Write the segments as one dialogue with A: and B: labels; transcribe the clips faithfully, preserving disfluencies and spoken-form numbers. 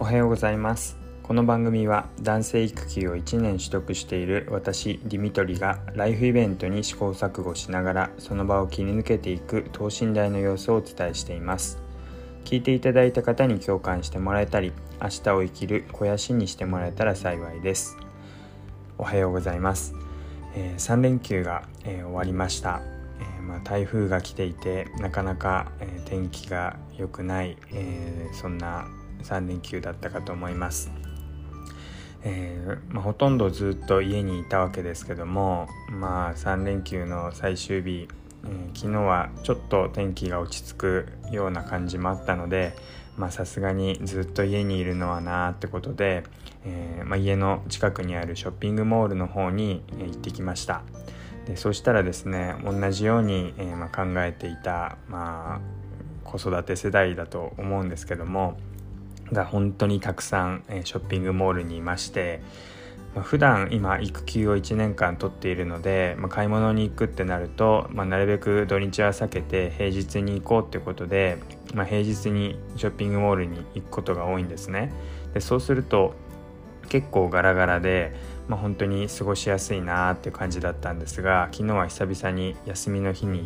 A: おはようございます。この番組は男性育休をいちねん取得している私ディミトリがライフイベントに試行錯誤しながらその場を切り抜けていく等身大の様子をお伝えしています。聞いていただいた方に共感してもらえたり、明日を生きる肥やしにしてもらえたら幸いです。おはようございます。えー、さん連休が、えー、終わりました。えーまあ、台風が来ていてなかなか、えー、天気が良くない、えー、そんなさん連休だったかと思います。えーまあ、ほとんどずっと家にいたわけですけども、まあ、さん連休の最終日、えー、昨日はちょっと天気が落ち着くような感じもあったので、さすがにずっと家にいるのはなってことで、えーまあ、家の近くにあるショッピングモールの方に、えー、行ってきました。でそうしたらですね、同じように、えーまあ、考えていた、まあ、子育て世代だと思うんですけどもが本当にたくさん、えー、ショッピングモールにいまして、まあ、普段今育休をいちねんかん取っているので、まあ、買い物に行くってなると、まあ、なるべく土日は避けて平日に行こうっていうことで、まあ、平日にショッピングモールに行くことが多いんですね。でそうすると結構ガラガラで、まあ、本当に過ごしやすいなっていう感じだったんですが、昨日は久々に休みの日に行って、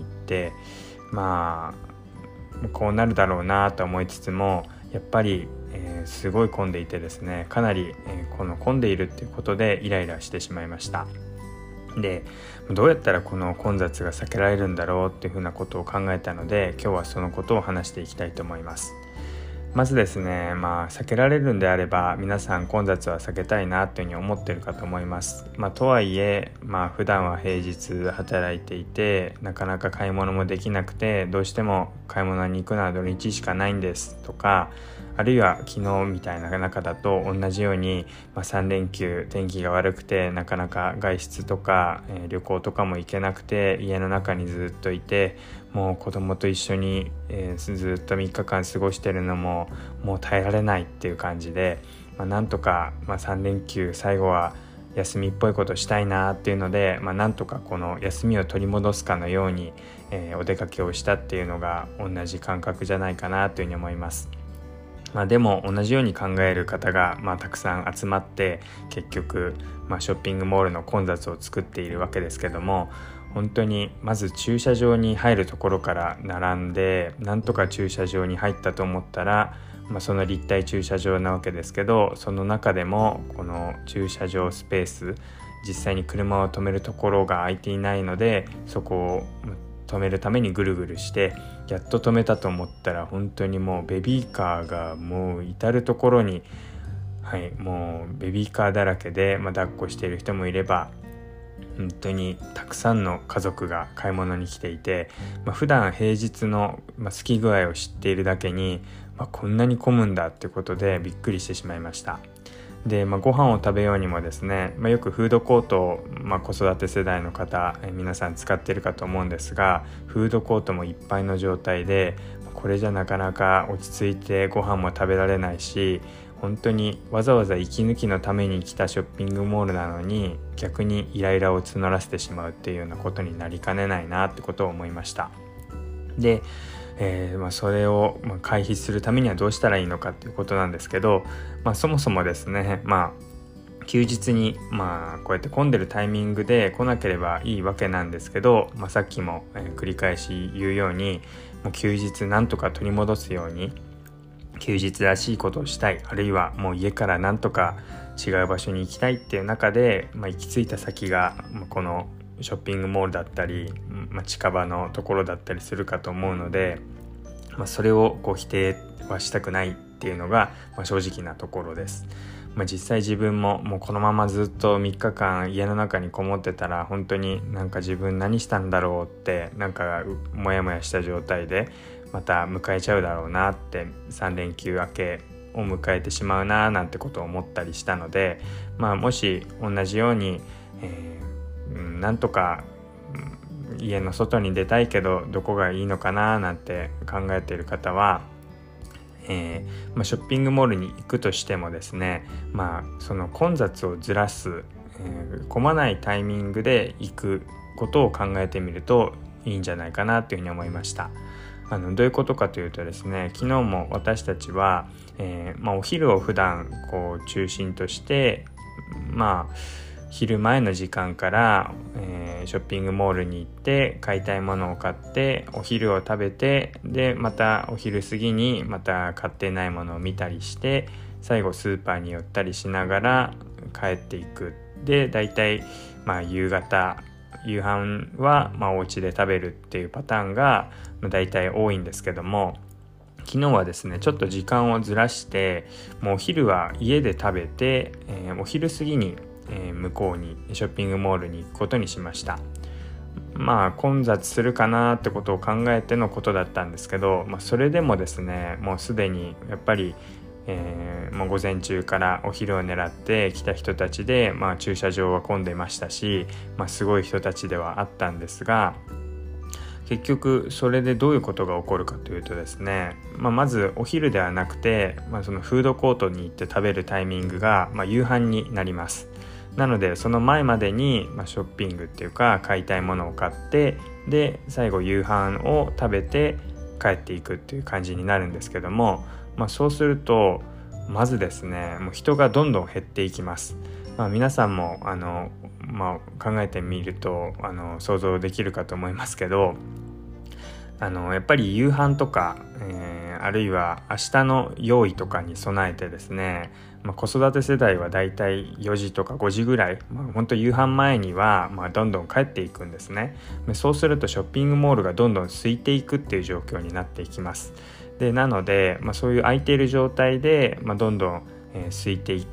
A: まあこうなるだろうなと思いつつも、やっぱり、えー、すごい混んでいてですね、かなり、えー、この混んでいるっていうことでイライラしてしまいました。でどうやったらこの混雑が避けられるんだろうっていうふうなことを考えたので、今日はそのことを話していきたいと思います。まずですね、まあ避けられるんであれば皆さん混雑は避けたいなというふうに思っているかと思います。まあ、とはいえ、まあ普段は平日働いていてなかなか買い物もできなくて、どうしても買い物に行くのは土日しかないんですとか、あるいは昨日みたいな中だと同じように、まあ、さん連休天気が悪くてなかなか外出とか、えー、旅行とかも行けなくて家の中にずっといて、もう子供と一緒に、えー、ずっとみっかかん過ごしてるのももう耐えられないっていう感じで、まあ、なんとか、まあ、さん連休最後は休みっぽいことしたいなっていうので、まあ、なんとかこの休みを取り戻すかのように、えー、お出かけをしたっていうのが同じ感覚じゃないかなというふうに思います。まあ、でも同じように考える方が、まあ、たくさん集まって結局、まあ、ショッピングモールの混雑を作っているわけですけども、本当にまず駐車場に入るところから並んで、なんとか駐車場に入ったと思ったら、まあ、その立体駐車場なわけですけど、その中でもこの駐車場スペース、実際に車を止めるところが空いていないので、そこを止めるためにぐるぐるしてやっと止めたと思ったら、本当にもうベビーカーがもう至る所に、はい、もうベビーカーだらけで、まあ、抱っこしている人もいれば、本当にたくさんの家族が買い物に来ていて、まあ、普段平日の、まあ、好き具合を知っているだけに、まあ、こんなに混むんだってことでびっくりしてしまいました。で、まあ、ご飯を食べようにもですね、まあ、よくフードコートを、まあ、子育て世代の方、え皆さん使っているかと思うんですが、フードコートもいっぱいの状態で、これじゃなかなか落ち着いてご飯も食べられないし、本当にわざわざ息抜きのために来たショッピングモールなのに逆にイライラを募らせてしまうっていうようなことになりかねないなってことを思いました。でえーまあ、それを回避するためにはどうしたらいいのかっていうことなんですけど、まあ、そもそもですね、まあ、休日に、まあ、こうやって混んでるタイミングで来なければいいわけなんですけど、まあ、さっきも、えー、繰り返し言うように、もう休日なんとか取り戻すように休日らしいことをしたい、あるいはもう家からなんとか違う場所に行きたいっていう中で、まあ、行き着いた先がこのショッピングモールだったり、まあ、近場のところだったりするかと思うので、まあ、それをこう否定はしたくないっていうのが、まあ、正直なところです。まあ、実際自分ももうこのままずっとみっかかん家の中にこもってたら、本当になんか自分何したんだろうってなんかモヤモヤした状態でまた迎えちゃうだろうなって、さん連休明けを迎えてしまうななんてことを思ったりしたので、まあ、もし同じように、えーなんとか家の外に出たいけどどこがいいのかななんて考えている方は、えーまあ、ショッピングモールに行くとしてもですね、まあ、その混雑をずらす、えー、混まないタイミングで行くことを考えてみるといいんじゃないかなというふうに思いました。 あのどういうことかというとですね、昨日も私たちは、えーまあ、お昼を普段こう中心としてまあ昼前の時間から、えー、ショッピングモールに行って買いたいものを買ってお昼を食べて、でまたお昼過ぎにまた買ってないものを見たりして、最後スーパーに寄ったりしながら帰っていく。でだいたいまあ夕方夕飯はまあお家で食べるっていうパターンがだいたい多いんですけども、昨日はですねちょっと時間をずらして、もうお昼は家で食べて、えー、お昼過ぎに、えー、向こうにショッピングモールに行くことにしました。まあ混雑するかなってことを考えてのことだったんですけど、まあ、それでもですねもうすでにやっぱりえー、もう午前中からお昼を狙って来た人たちで、まあ、駐車場は混んでましたし、まあ、すごい人たちではあったんですが、結局それでどういうことが起こるかというとですね、まあ、まずお昼ではなくて、まあ、そのフードコートに行って食べるタイミングが、まあ、夕飯になります。なのでその前までに、まあ、ショッピングっていうか買いたいものを買って、で最後夕飯を食べて帰っていくっていう感じになるんですけども、まあ、そうするとまずですねもう人がどんどん減っていきます。まあ、皆さんもあの、まあ、考えてみるとあの想像できるかと思いますけど、あのやっぱり夕飯とか、えー、あるいは明日の用意とかに備えてですね、まあ、子育て世代はだいたいよじとかごじぐらい、まあ、本当夕飯前には、まあ、どんどん帰っていくんですね。そうするとショッピングモールがどんどん空いていくっていう状況になっていきます。でなので、まあ、そういう空いている状態で、まあ、どんどん、えー、空いていって、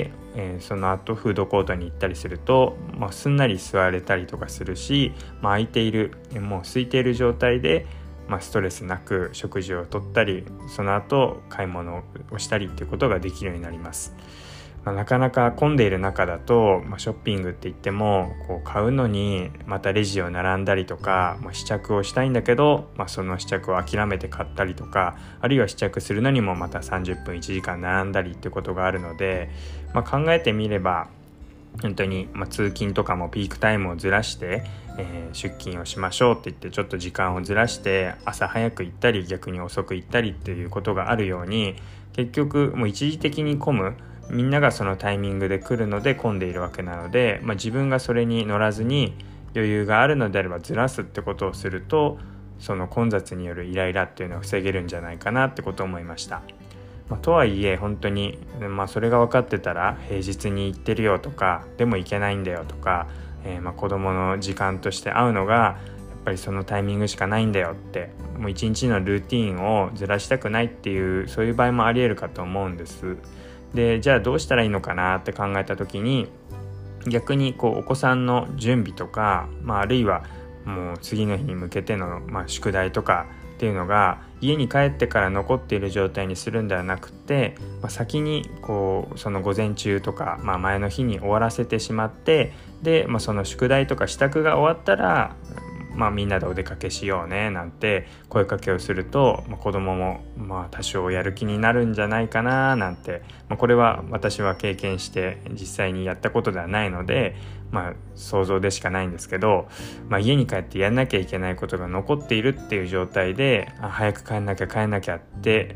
A: えー、その後フードコートに行ったりすると、まあ、すんなり座れたりとかするし、まあ、空いているもう空いている状態で、まあ、ストレスなく食事をとったり、その後買い物をしたりっていうことができるようになります。まあ、なかなか混んでいる中だと、まあ、ショッピングって言ってもこう買うのにまたレジを並んだりとか、まあ、試着をしたいんだけど、まあ、その試着を諦めて買ったりとか、あるいは試着するのにもまたさんじゅっぷんいちじかん並んだりってことがあるので、まあ、考えてみれば本当に、まあ、通勤とかもピークタイムをずらして、えー、出勤をしましょうって言ってちょっと時間をずらして朝早く行ったり逆に遅く行ったりっていうことがあるように、結局もう一時的に混む、みんながそのタイミングで来るので混んでいるわけなので、まあ、自分がそれに乗らずに余裕があるのであればずらすってことをすると、その混雑によるイライラっていうのを防げるんじゃないかなってことを思いました。まあ、とはいえ本当に、まあ、それが分かってたら平日に行ってるよとか、でも行けないんだよとか、えー、まあ子供の時間として会うのがやっぱりそのタイミングしかないんだよって、もう一日のルーティーンをずらしたくないっていう、そういう場合もあり得るかと思うんです。でじゃあどうしたらいいのかなって考えた時に、逆にこうお子さんの準備とか、まあ、あるいはもう次の日に向けての、まあ、宿題とかっていうのが家に帰ってから残っている状態にするんではなくて、まあ、先にこうその午前中とか、まあ、前の日に終わらせてしまって、で、まあ、その宿題とか支度が終わったら、まあ、みんなでお出かけしようねなんて声かけをすると、まあ、子供もまあ多少やる気になるんじゃないかななんて、まあ、これは私は経験して実際にやったことではないので、まあ、想像でしかないんですけど、まあ、家に帰ってやんなきゃいけないことが残っているっていう状態で、あ早く帰んなきゃ帰んなきゃって、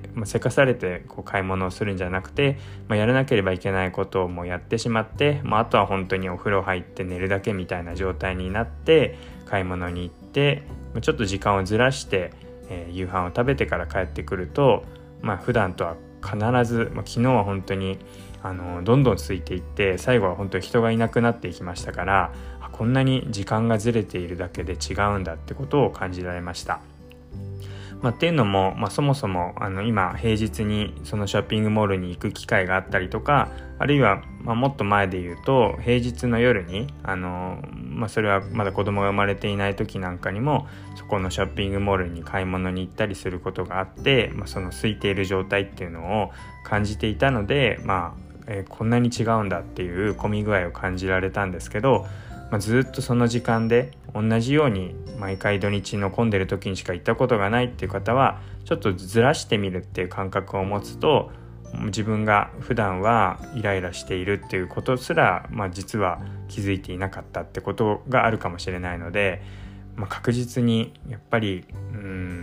A: まあ、せかされてこう買い物をするんじゃなくて、まあ、やらなければいけないことをもうやってしまって、まあ、あとは本当にお風呂入って寝るだけみたいな状態になって買い物に行って、ちょっと時間をずらして、えー、夕飯を食べてから帰ってくると、まあ、普段とは必ず、まあ、昨日は本当にあのどんどん空いていって、最後は本当に人がいなくなっていきましたから、こんなに時間がずれているだけで違うんだってことを感じられました。まあ、っていうのも、まあ、そもそもあの今平日にそのショッピングモールに行く機会があったりとか、あるいは、まあ、もっと前で言うと平日の夜にあの、まあ、それはまだ子供が生まれていない時なんかにもそこのショッピングモールに買い物に行ったりすることがあって、まあ、その空いている状態っていうのを感じていたので、まあえー、こんなに違うんだっていう混み具合を感じられたんですけど、まあ、ずっとその時間で同じように毎回土日の混んでる時にしか行ったことがないっていう方は、ちょっとずらしてみるっていう感覚を持つと、自分が普段はイライラしているっていうことすら、まあ、実は気づいていなかったってことがあるかもしれないので、まあ、確実にやっぱりうーん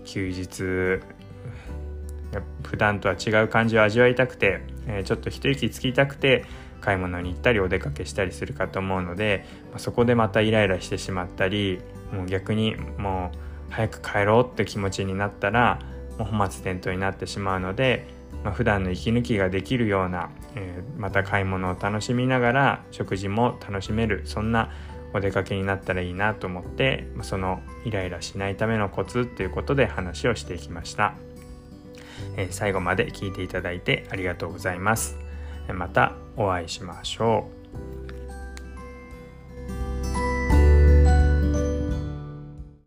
A: 休日普段とは違う感じを味わいたくて、えー、ちょっと一息つきたくて買い物に行ったりお出かけしたりするかと思うので、まあ、そこでまたイライラしてしまったり、もう逆にもう早く帰ろうって気持ちになったらもう本末転倒になってしまうので、まあ、普段の息抜きができるような、えー、また買い物を楽しみながら食事も楽しめる、そんなお出かけになったらいいなと思って、そのイライラしないためのコツということで話をしていきました。えー、最後まで聞いていただいてありがとうございます。またお会いしましょう。